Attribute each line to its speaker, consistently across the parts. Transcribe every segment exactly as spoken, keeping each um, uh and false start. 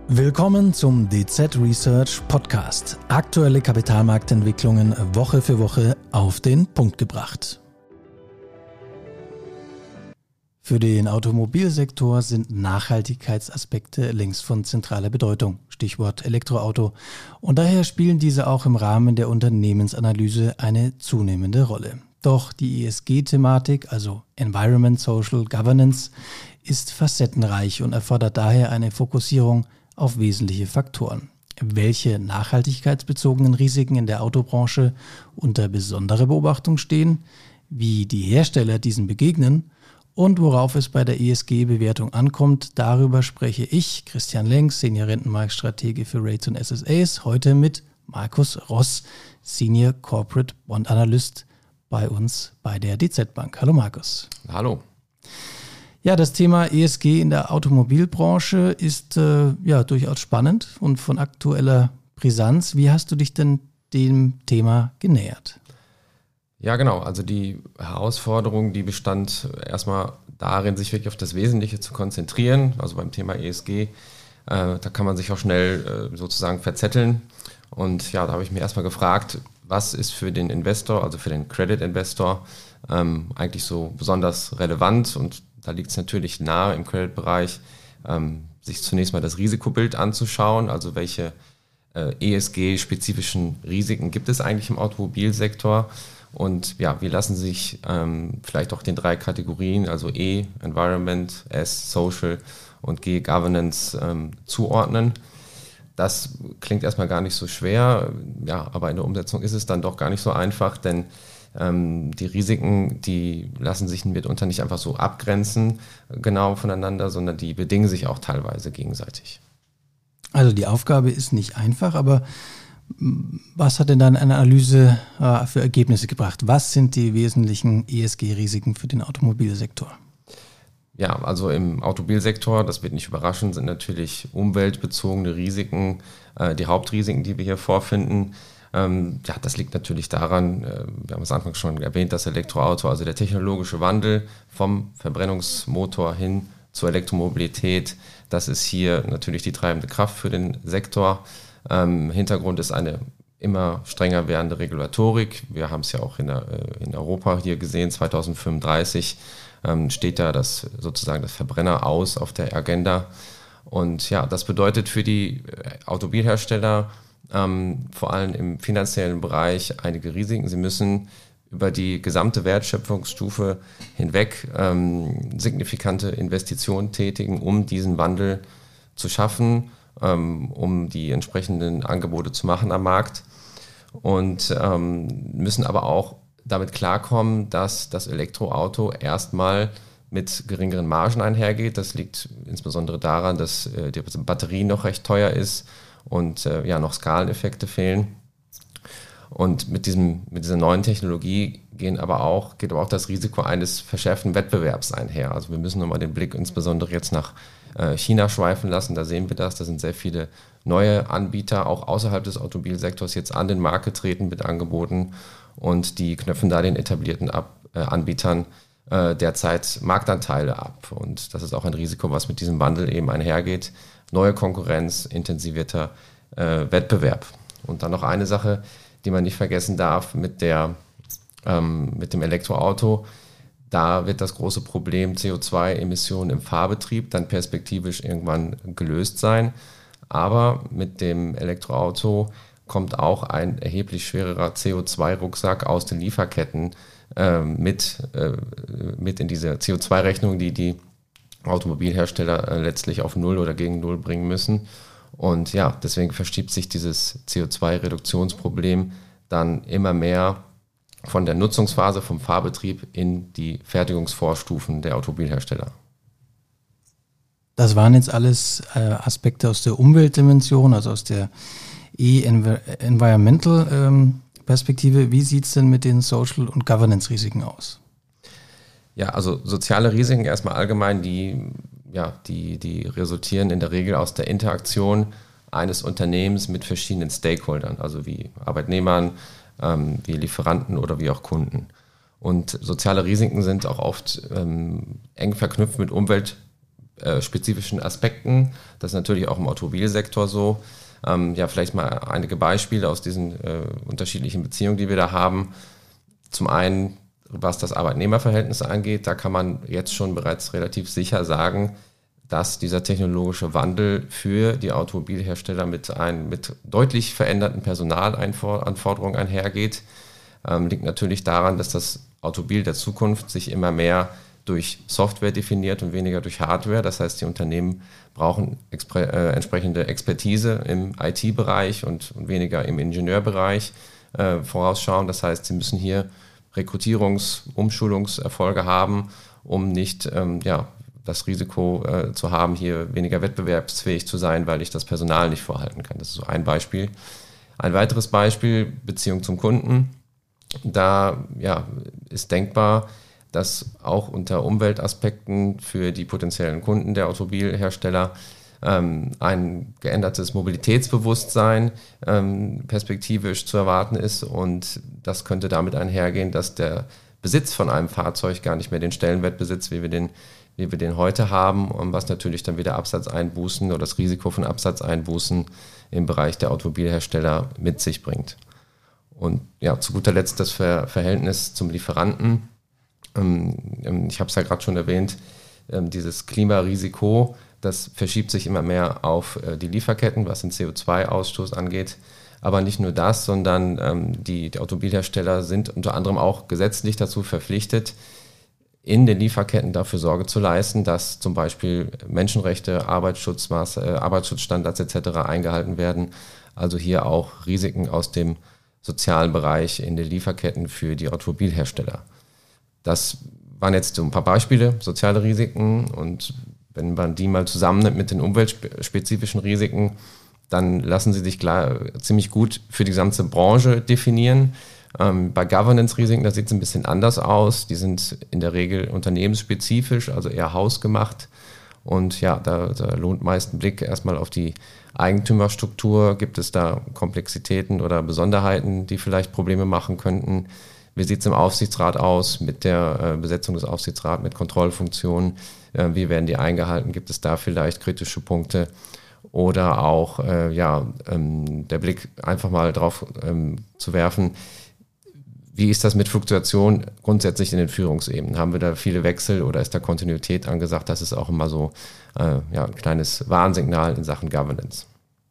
Speaker 1: Willkommen zum D Z Research Podcast. Aktuelle Kapitalmarktentwicklungen Woche für Woche auf den Punkt gebracht. Für den Automobilsektor sind Nachhaltigkeitsaspekte längst von zentraler Bedeutung, Stichwort Elektroauto, und daher spielen diese auch im Rahmen der Unternehmensanalyse eine zunehmende Rolle. Doch die E S G-Thematik, also Environment, Social, Governance, ist facettenreich und erfordert daher eine Fokussierung auf wesentliche Faktoren. Welche nachhaltigkeitsbezogenen Risiken in der Autobranche unter besondere Beobachtung stehen, wie die Hersteller diesen begegnen und worauf es bei der E S G-Bewertung ankommt, darüber spreche ich, Christian Lenz, Senior Rentenmarktstratege für Rates und S S As, heute mit Markus Ross, Senior Corporate Bond Analyst bei uns bei der D Z Bank. Hallo Markus.
Speaker 2: Hallo.
Speaker 1: Ja, das Thema E S G in der Automobilbranche ist äh, ja durchaus spannend und von aktueller Brisanz. Wie hast du dich denn dem Thema genähert?
Speaker 2: Ja, genau. Also die Herausforderung, die bestand erstmal darin, sich wirklich auf das Wesentliche zu konzentrieren. Also beim Thema E S G, äh, da kann man sich auch schnell äh, sozusagen verzetteln. Und ja, da habe ich mir erstmal gefragt, was ist für den Investor, also für den Credit Investor, ähm, eigentlich so besonders relevant? Und da liegt es natürlich nahe im Credit-Bereich, ähm, sich zunächst mal das Risikobild anzuschauen, also welche äh, E S G-spezifischen Risiken gibt es eigentlich im Automobilsektor und ja, wie lassen sich ähm, vielleicht auch den drei Kategorien, also E, Environment, S, Social und G, Governance, ähm, zuordnen. Das klingt erstmal gar nicht so schwer, ja, aber in der Umsetzung ist es dann doch gar nicht so einfach, denn ähm, die Risiken, die lassen sich mitunter nicht einfach so abgrenzen genau voneinander, sondern die bedingen sich auch teilweise gegenseitig.
Speaker 1: Also die Aufgabe ist nicht einfach, aber was hat denn dann eine Analyse äh, für Ergebnisse gebracht? Was sind die wesentlichen E S G-Risiken für den Automobilsektor?
Speaker 2: Ja, also im Automobilsektor, das wird nicht überraschen, sind natürlich umweltbezogene Risiken, äh, die Hauptrisiken, die wir hier vorfinden. Ähm, ja, das liegt natürlich daran, äh, wir haben es anfangs schon erwähnt, das Elektroauto, also der technologische Wandel vom Verbrennungsmotor hin zur Elektromobilität, das ist hier natürlich die treibende Kraft für den Sektor. Ähm, Hintergrund ist eine immer strenger werdende Regulatorik. Wir haben es ja auch in, der, äh, in Europa hier gesehen, zwanzig fünfunddreißig ähm, steht da das sozusagen das Verbrenner aus auf der Agenda. Und ja, das bedeutet für die Automobilhersteller ähm, vor allem im finanziellen Bereich einige Risiken. Sie müssen über die gesamte Wertschöpfungsstufe hinweg ähm, signifikante Investitionen tätigen, um diesen Wandel zu schaffen, ähm, um die entsprechenden Angebote zu machen am Markt und ähm, müssen aber auch damit klarkommen, dass das Elektroauto erstmal mit geringeren Margen einhergeht. Das liegt insbesondere daran, dass äh, die Batterie noch recht teuer ist und äh, ja noch Skaleneffekte fehlen. Und mit diesem mit dieser neuen Technologie gehen aber auch geht aber auch das Risiko eines verschärften Wettbewerbs einher. Also wir müssen nochmal den Blick insbesondere jetzt nach äh, China schweifen lassen. Da sehen wir das. Da sind sehr viele neue Anbieter auch außerhalb des Automobilsektors jetzt an den Markt getreten mit Angeboten und die knöpfen da den etablierten Ab, äh, Anbietern äh, derzeit Marktanteile ab. Und das ist auch ein Risiko, was mit diesem Wandel eben einhergeht. Neue Konkurrenz, intensivierter äh, Wettbewerb. Und dann noch eine Sache, die man nicht vergessen darf mit, der, ähm, mit dem Elektroauto. Da wird das große Problem C O zwei Emissionen im Fahrbetrieb dann perspektivisch irgendwann gelöst sein. Aber mit dem Elektroauto kommt auch ein erheblich schwererer C O zwei Rucksack aus den Lieferketten äh, mit, äh, mit in diese C O zwei Rechnung, die die Automobilhersteller äh, letztlich auf Null oder gegen Null bringen müssen. Und ja, deswegen verschiebt sich dieses C O zwei Reduktionsproblem dann immer mehr von der Nutzungsphase vom Fahrbetrieb in die Fertigungsvorstufen der Automobilhersteller.
Speaker 1: Das waren jetzt alles äh, Aspekte aus der Umweltdimension, also aus der E-Environmental ähm, Perspektive. Wie sieht es denn mit den Social- und Governance-Risiken aus?
Speaker 2: Ja, also soziale Risiken erstmal allgemein, die, ja, die, die resultieren in der Regel aus der Interaktion eines Unternehmens mit verschiedenen Stakeholdern, also wie Arbeitnehmern, ähm, wie Lieferanten oder wie auch Kunden. Und soziale Risiken sind auch oft ähm, eng verknüpft mit Umwelt äh, spezifischen Aspekten. Das ist natürlich auch im Automobilsektor so. Ähm, ja, vielleicht mal einige Beispiele aus diesen äh, unterschiedlichen Beziehungen, die wir da haben. Zum einen, was das Arbeitnehmerverhältnis angeht, da kann man jetzt schon bereits relativ sicher sagen, dass dieser technologische Wandel für die Automobilhersteller mit, ein, mit deutlich veränderten Personalanforderungen einhergeht. Ähm, liegt natürlich daran, dass das Automobil der Zukunft sich immer mehr durch Software definiert und weniger durch Hardware. Das heißt, die Unternehmen brauchen expre- äh, entsprechende Expertise im I T-Bereich und, und weniger im Ingenieurbereich äh, vorausschauen. Das heißt, sie müssen hier Rekrutierungs-, Umschulungserfolge haben, um nicht ähm, ja, das Risiko äh, zu haben, hier weniger wettbewerbsfähig zu sein, weil ich das Personal nicht vorhalten kann. Das ist so ein Beispiel. Ein weiteres Beispiel, Beziehung zum Kunden. Da ja, ist denkbar, dass auch unter Umweltaspekten für die potenziellen Kunden der Automobilhersteller ähm, ein geändertes Mobilitätsbewusstsein ähm, perspektivisch zu erwarten ist. Und das könnte damit einhergehen, dass der Besitz von einem Fahrzeug gar nicht mehr den Stellenwert besitzt, wie wir den, wie wir den heute haben, und was natürlich dann wieder Absatzeinbußen oder das Risiko von Absatzeinbußen im Bereich der Automobilhersteller mit sich bringt. Und ja, zu guter Letzt das Ver- Verhältnis zum Lieferanten. Ähm, ich habe es ja gerade schon erwähnt, ähm, dieses Klimarisiko, das verschiebt sich immer mehr auf äh, die Lieferketten, was den C O zwei Ausstoß angeht. Aber nicht nur das, sondern ähm, die, die Automobilhersteller sind unter anderem auch gesetzlich dazu verpflichtet, in den Lieferketten dafür Sorge zu leisten, dass zum Beispiel Menschenrechte, Arbeitsschutzmaß, äh, Arbeitsschutzstandards et cetera eingehalten werden. Also hier auch Risiken aus dem sozialen Bereich in den Lieferketten für die Automobilhersteller. Das waren jetzt so ein paar Beispiele, soziale Risiken, und wenn man die mal zusammennimmt mit den umweltspezifischen Risiken, dann lassen sie sich klar, ziemlich gut für die gesamte Branche definieren. Ähm, bei Governance-Risiken, da sieht es ein bisschen anders aus. Die sind in der Regel unternehmensspezifisch, also eher hausgemacht. Und ja, da, da lohnt meist ein Blick erstmal auf die Eigentümerstruktur. Gibt es da Komplexitäten oder Besonderheiten, die vielleicht Probleme machen könnten? Wie sieht es im Aufsichtsrat aus mit der äh, Besetzung des Aufsichtsrats, mit Kontrollfunktionen? Äh, wie werden die eingehalten? Gibt es da vielleicht kritische Punkte? Oder auch äh, ja, ähm, der Blick einfach mal drauf ähm, zu werfen, wie ist das mit Fluktuation grundsätzlich in den Führungsebenen? Haben wir da viele Wechsel oder ist da Kontinuität angesagt? Das ist auch immer so äh, ja, ein kleines Warnsignal in Sachen Governance.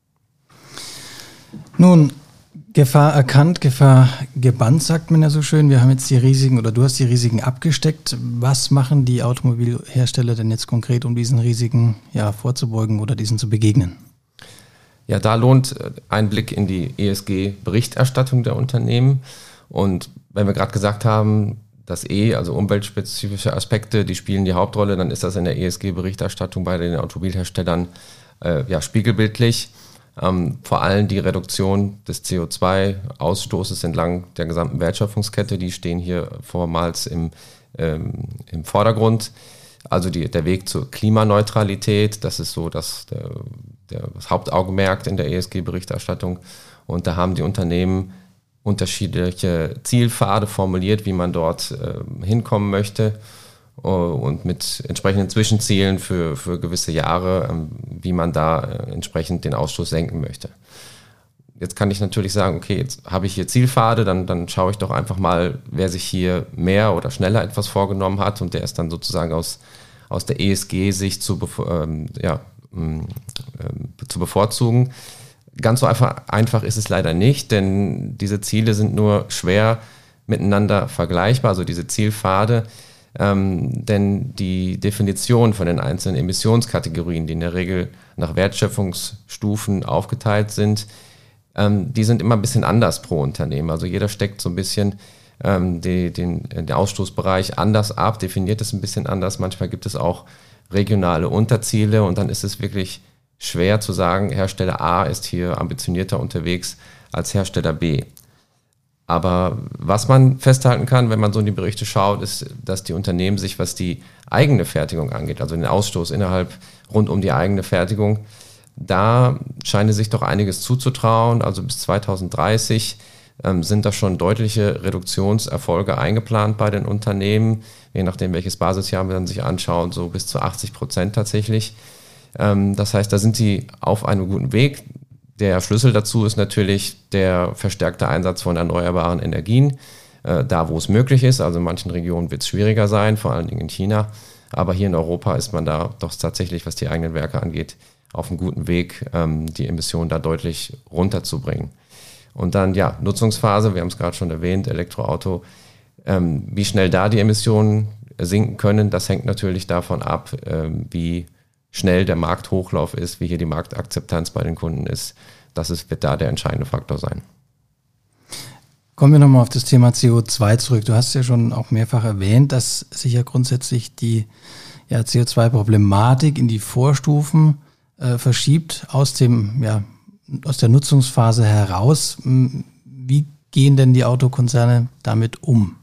Speaker 1: Nun, Gefahr erkannt, Gefahr gebannt, sagt man ja so schön. Wir haben jetzt die Risiken, oder du hast die Risiken abgesteckt. Was machen die Automobilhersteller denn jetzt konkret, um diesen Risiken ja, vorzubeugen oder diesen zu begegnen?
Speaker 2: Ja, da lohnt ein Blick in die E S G-Berichterstattung der Unternehmen. Und wenn wir gerade gesagt haben, das E, also umweltspezifische Aspekte, die spielen die Hauptrolle, dann ist das in der E S G-Berichterstattung bei den Automobilherstellern äh, ja, spiegelbildlich. Ähm, vor allem die Reduktion des C O zwei Ausstoßes entlang der gesamten Wertschöpfungskette, die stehen hier vormals im, ähm, im Vordergrund. Also die, der Weg zur Klimaneutralität, das ist so das, der, der, das Hauptaugenmerk in der E S G-Berichterstattung. Und da haben die Unternehmen unterschiedliche Zielpfade formuliert, wie man dort äh, hinkommen möchte, uh, und mit entsprechenden Zwischenzielen für, für gewisse Jahre, ähm, wie man da äh, entsprechend den Ausstoß senken möchte. Jetzt kann ich natürlich sagen, okay, jetzt habe ich hier Zielpfade, dann, dann schaue ich doch einfach mal, wer sich hier mehr oder schneller etwas vorgenommen hat, und der ist dann sozusagen aus, aus der E S G-Sicht zu, ähm, ja, ähm, zu bevorzugen. Ganz so einfach, einfach ist es leider nicht, denn diese Ziele sind nur schwer miteinander vergleichbar, also diese Zielpfade, ähm, denn die Definition von den einzelnen Emissionskategorien, die in der Regel nach Wertschöpfungsstufen aufgeteilt sind, ähm, die sind immer ein bisschen anders pro Unternehmen. Also jeder steckt so ein bisschen ähm, die, den, den Ausstoßbereich anders ab, definiert es ein bisschen anders. Manchmal gibt es auch regionale Unterziele, und dann ist es wirklich schwer zu sagen, Hersteller A ist hier ambitionierter unterwegs als Hersteller B. Aber was man festhalten kann, wenn man so in die Berichte schaut, ist, dass die Unternehmen sich, was die eigene Fertigung angeht, also den Ausstoß innerhalb rund um die eigene Fertigung, da scheint es sich doch einiges zuzutrauen. Also bis zwanzig dreißig ähm, sind da schon deutliche Reduktionserfolge eingeplant bei den Unternehmen, je nachdem welches Basisjahr man sich anschaut, so bis zu achtzig Prozent tatsächlich. Ähm, das heißt, da sind sie auf einem guten Weg. Der Schlüssel dazu ist natürlich der verstärkte Einsatz von erneuerbaren Energien, äh, da wo es möglich ist. Also in manchen Regionen wird es schwieriger sein, vor allen Dingen in China. Aber hier in Europa ist man da doch tatsächlich, was die eigenen Werke angeht, auf einem guten Weg, ähm, die Emissionen da deutlich runterzubringen. Und dann, ja, Nutzungsphase, wir haben es gerade schon erwähnt, Elektroauto, ähm, wie schnell da die Emissionen sinken können, das hängt natürlich davon ab, ähm, wie schnell der Markthochlauf ist, wie hier die Marktakzeptanz bei den Kunden ist. Das ist, wird da der entscheidende Faktor sein.
Speaker 1: Kommen wir nochmal auf das Thema C O zwei zurück. Du hast ja schon auch mehrfach erwähnt, dass sich ja grundsätzlich die ja, C O zwei Problematik in die Vorstufen äh, verschiebt aus dem, ja, aus der Nutzungsphase heraus. Wie gehen denn die Autokonzerne damit um?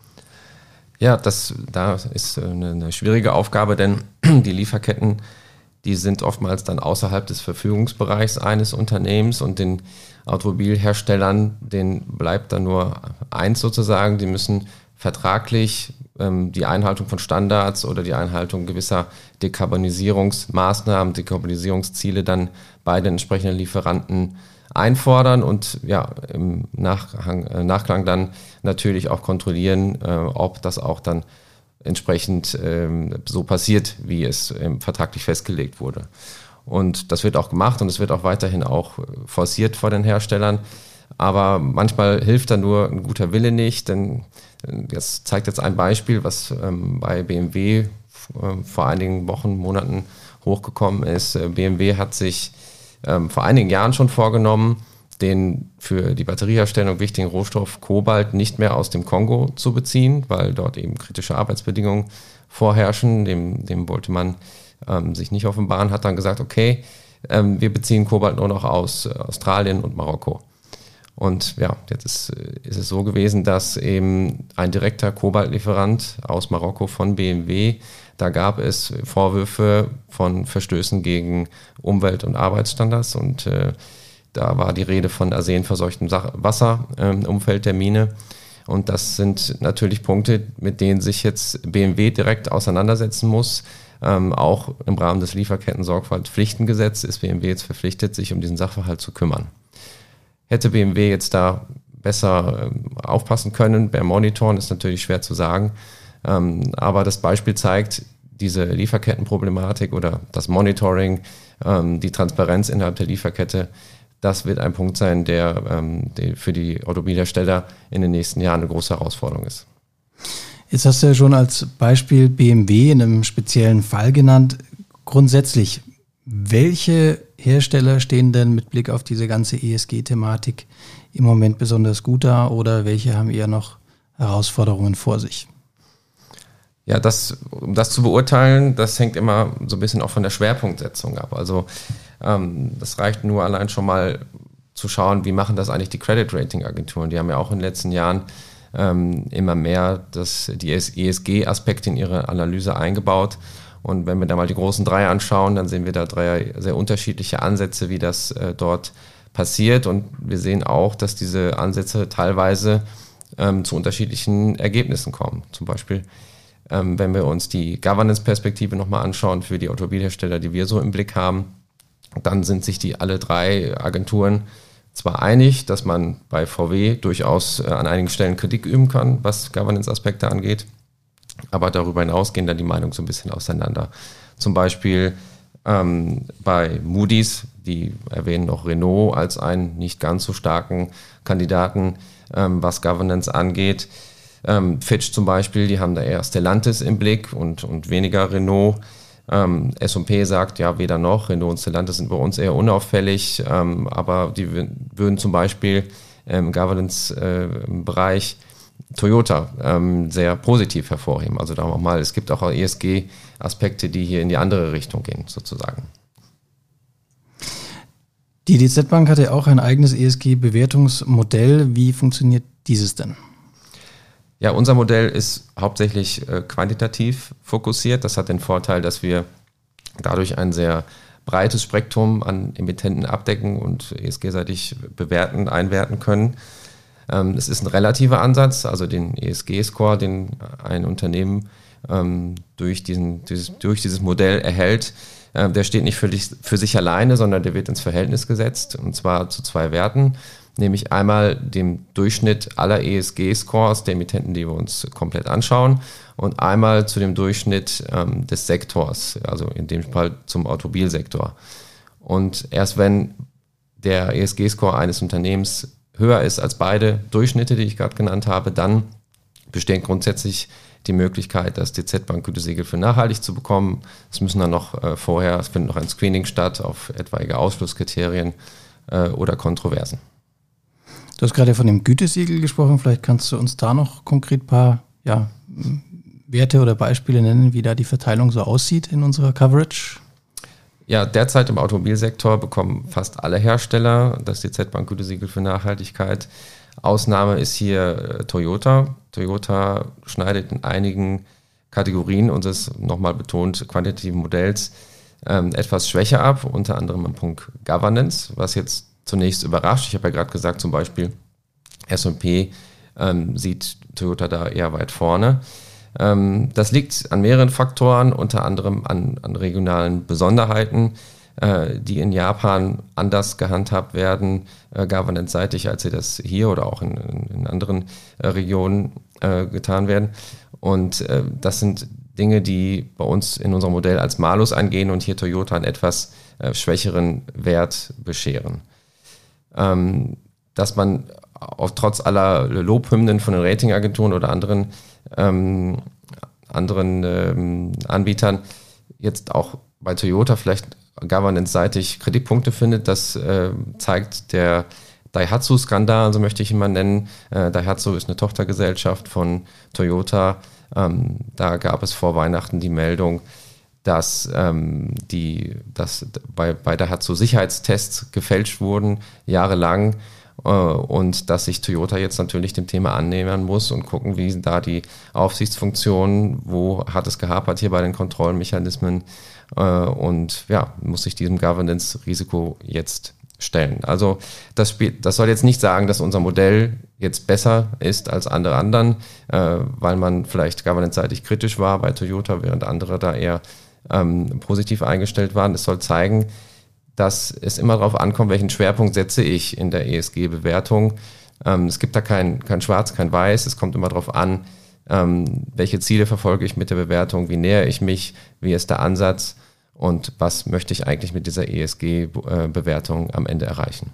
Speaker 2: Ja, das da ist eine, eine schwierige Aufgabe, denn die Lieferketten, die sind oftmals dann außerhalb des Verfügungsbereichs eines Unternehmens und den Automobilherstellern, denen bleibt dann nur eins sozusagen, die müssen vertraglich ähm, die Einhaltung von Standards oder die Einhaltung gewisser Dekarbonisierungsmaßnahmen, Dekarbonisierungsziele dann bei den entsprechenden Lieferanten einfordern und ja, im Nachhang, äh, Nachklang dann natürlich auch kontrollieren, äh, ob das auch dann entsprechend ähm, so passiert, wie es ähm, vertraglich festgelegt wurde. Und das wird auch gemacht und es wird auch weiterhin auch forciert vor den Herstellern. Aber manchmal hilft da nur ein guter Wille nicht, denn das zeigt jetzt ein Beispiel, was ähm, bei B M W äh, vor einigen Wochen, Monaten hochgekommen ist. Äh, B M W hat sich ähm, vor einigen Jahren schon vorgenommen, den für die Batterieherstellung wichtigen Rohstoff Kobalt nicht mehr aus dem Kongo zu beziehen, weil dort eben kritische Arbeitsbedingungen vorherrschen. Dem, dem wollte man ähm, sich nicht offenbaren, hat dann gesagt, okay, ähm, wir beziehen Kobalt nur noch aus äh, Australien und Marokko. Und ja, jetzt ist, ist es so gewesen, dass eben ein direkter Kobaltlieferant aus Marokko von B M W, da gab es Vorwürfe von Verstößen gegen Umwelt- und Arbeitsstandards und äh, da war die Rede von arsenverseuchtem Wasser im Umfeld der Mine. Und das sind natürlich Punkte, mit denen sich jetzt B M W direkt auseinandersetzen muss. Ähm, auch im Rahmen des Lieferketten-Sorgfaltspflichtengesetzes ist B M W jetzt verpflichtet, sich um diesen Sachverhalt zu kümmern. Hätte B M W jetzt da besser ähm, aufpassen können, beim Monitoren ist natürlich schwer zu sagen. Ähm, aber das Beispiel zeigt, diese Lieferkettenproblematik oder das Monitoring, ähm, die Transparenz innerhalb der Lieferkette, das wird ein Punkt sein, der, ähm, der für die Automobilhersteller in den nächsten Jahren eine große Herausforderung ist.
Speaker 1: Jetzt hast du ja schon als Beispiel B M W in einem speziellen Fall genannt. Grundsätzlich, welche Hersteller stehen denn mit Blick auf diese ganze E S G-Thematik im Moment besonders gut da oder welche haben eher noch Herausforderungen vor sich?
Speaker 2: Ja, das, um das zu beurteilen, das hängt immer so ein bisschen auch von der Schwerpunktsetzung ab. Also ähm, das reicht nur allein schon mal zu schauen, wie machen das eigentlich die Credit-Rating-Agenturen. Die haben ja auch in den letzten Jahren ähm, immer mehr das, die E S G-Aspekte in ihre Analyse eingebaut. Und wenn wir da mal die großen drei anschauen, dann sehen wir da drei sehr unterschiedliche Ansätze, wie das äh, dort passiert. Und wir sehen auch, dass diese Ansätze teilweise ähm, zu unterschiedlichen Ergebnissen kommen. Zum Beispiel wenn wir uns die Governance-Perspektive nochmal anschauen für die Automobilhersteller, die wir so im Blick haben, dann sind sich die alle drei Agenturen zwar einig, dass man bei V W durchaus an einigen Stellen Kritik üben kann, was Governance-Aspekte angeht, aber darüber hinaus gehen dann die Meinungen so ein bisschen auseinander. Zum Beispiel ähm, bei Moody's, die erwähnen noch Renault als einen nicht ganz so starken Kandidaten, ähm, was Governance angeht. Ähm, Fitch zum Beispiel, die haben da eher Stellantis im Blick und, und weniger Renault. Ähm, S und P sagt, ja, weder noch, Renault und Stellantis sind bei uns eher unauffällig, ähm, aber die w- würden zum Beispiel im Governance-Bereich äh, Toyota ähm, sehr positiv hervorheben. Also da nochmal, es gibt auch E S G-Aspekte, die hier in die andere Richtung gehen, sozusagen.
Speaker 1: Die D Z Bank hat ja auch ein eigenes E S G-Bewertungsmodell. Wie funktioniert dieses denn?
Speaker 2: Ja, unser Modell ist hauptsächlich äh, quantitativ fokussiert. Das hat den Vorteil, dass wir dadurch ein sehr breites Spektrum an Emittenten abdecken und E S G-seitig bewerten, einwerten können. Ähm, es ist ein relativer Ansatz, also den E S G-Score, den ein Unternehmen ähm, durch, diesen, dieses, durch dieses Modell erhält, äh, der steht nicht für, dich, für sich alleine, sondern der wird ins Verhältnis gesetzt, und zwar zu zwei Werten, nämlich einmal dem Durchschnitt aller E S G-Scores der Emittenten, die wir uns komplett anschauen, und einmal zu dem Durchschnitt ähm, des Sektors, also in dem Fall zum Automobilsektor. Und erst wenn der E S G-Score eines Unternehmens höher ist als beide Durchschnitte, die ich gerade genannt habe, dann besteht grundsätzlich die Möglichkeit, das D Z-Bank-Gütesiegel für nachhaltig zu bekommen. Es müssen dann noch äh, vorher, es findet noch ein Screening statt auf etwaige Ausschlusskriterien äh, oder Kontroversen.
Speaker 1: Du hast gerade von dem Gütesiegel gesprochen, vielleicht kannst du uns da noch konkret ein paar ja, Werte oder Beispiele nennen, wie da die Verteilung so aussieht in unserer Coverage?
Speaker 2: Ja, derzeit im Automobilsektor bekommen fast alle Hersteller das D Z-Bank-Gütesiegel für Nachhaltigkeit. Ausnahme ist hier äh, Toyota. Toyota schneidet in einigen Kategorien unseres, nochmal betont, quantitativen Modells ähm, etwas schwächer ab, unter anderem im Punkt Governance, was jetzt zunächst überrascht. Ich habe ja gerade gesagt, zum Beispiel S und P ähm, sieht Toyota da eher weit vorne. Ähm, das liegt an mehreren Faktoren, unter anderem an, an regionalen Besonderheiten, äh, die in Japan anders gehandhabt werden, äh, governance-seitig, als sie das hier oder auch in, in anderen äh, Regionen äh, getan werden. Und äh, das sind Dinge, die bei uns in unserem Modell als Malus angehen und hier Toyota einen etwas äh, schwächeren Wert bescheren. Ähm, dass man auch trotz aller Lobhymnen von den Ratingagenturen oder anderen, ähm, anderen ähm, Anbietern jetzt auch bei Toyota vielleicht governance-seitig Kritikpunkte findet, das äh, zeigt der Daihatsu-Skandal, so möchte ich ihn mal nennen. Äh, Daihatsu ist eine Tochtergesellschaft von Toyota. Ähm, da gab es vor Weihnachten die Meldung, dass, ähm, die, dass bei, bei Daihatsu Sicherheitstests gefälscht wurden, jahrelang, äh, und dass sich Toyota jetzt natürlich dem Thema annähern muss und gucken, wie sind da die Aufsichtsfunktionen, wo hat es gehapert hier bei den Kontrollmechanismen, äh, und ja, muss sich diesem Governance-Risiko jetzt stellen. Also das, spielt, das soll jetzt nicht sagen, dass unser Modell jetzt besser ist als andere anderen, äh, weil man vielleicht governance-seitig kritisch war bei Toyota, während andere da eher ähm, positiv eingestellt waren. Es soll zeigen, dass es immer darauf ankommt, welchen Schwerpunkt setze ich in der E S G-Bewertung. Ähm, es gibt da kein, kein Schwarz, kein Weiß. Es kommt immer darauf an, ähm, welche Ziele verfolge ich mit der Bewertung, wie nähere ich mich, wie ist der Ansatz und was möchte ich eigentlich mit dieser E S G-Bewertung am Ende erreichen.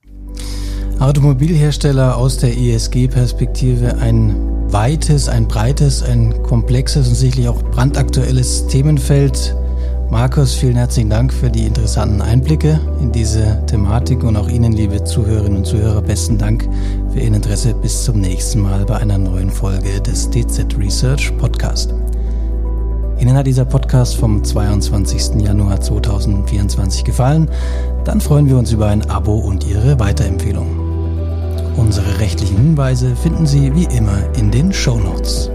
Speaker 1: Automobilhersteller aus der E S G-Perspektive, ein weites, ein breites, ein komplexes und sicherlich auch brandaktuelles Themenfeld. Markus, vielen herzlichen Dank für die interessanten Einblicke in diese Thematik und auch Ihnen, liebe Zuhörerinnen und Zuhörer, besten Dank für Ihr Interesse. Bis zum nächsten Mal bei einer neuen Folge des D Z Research Podcast. Ihnen hat dieser Podcast vom zweiundzwanzigsten Januar zweitausendvierundzwanzig gefallen? Dann freuen wir uns über ein Abo und Ihre Weiterempfehlung. Unsere rechtlichen Hinweise finden Sie wie immer in den Shownotes.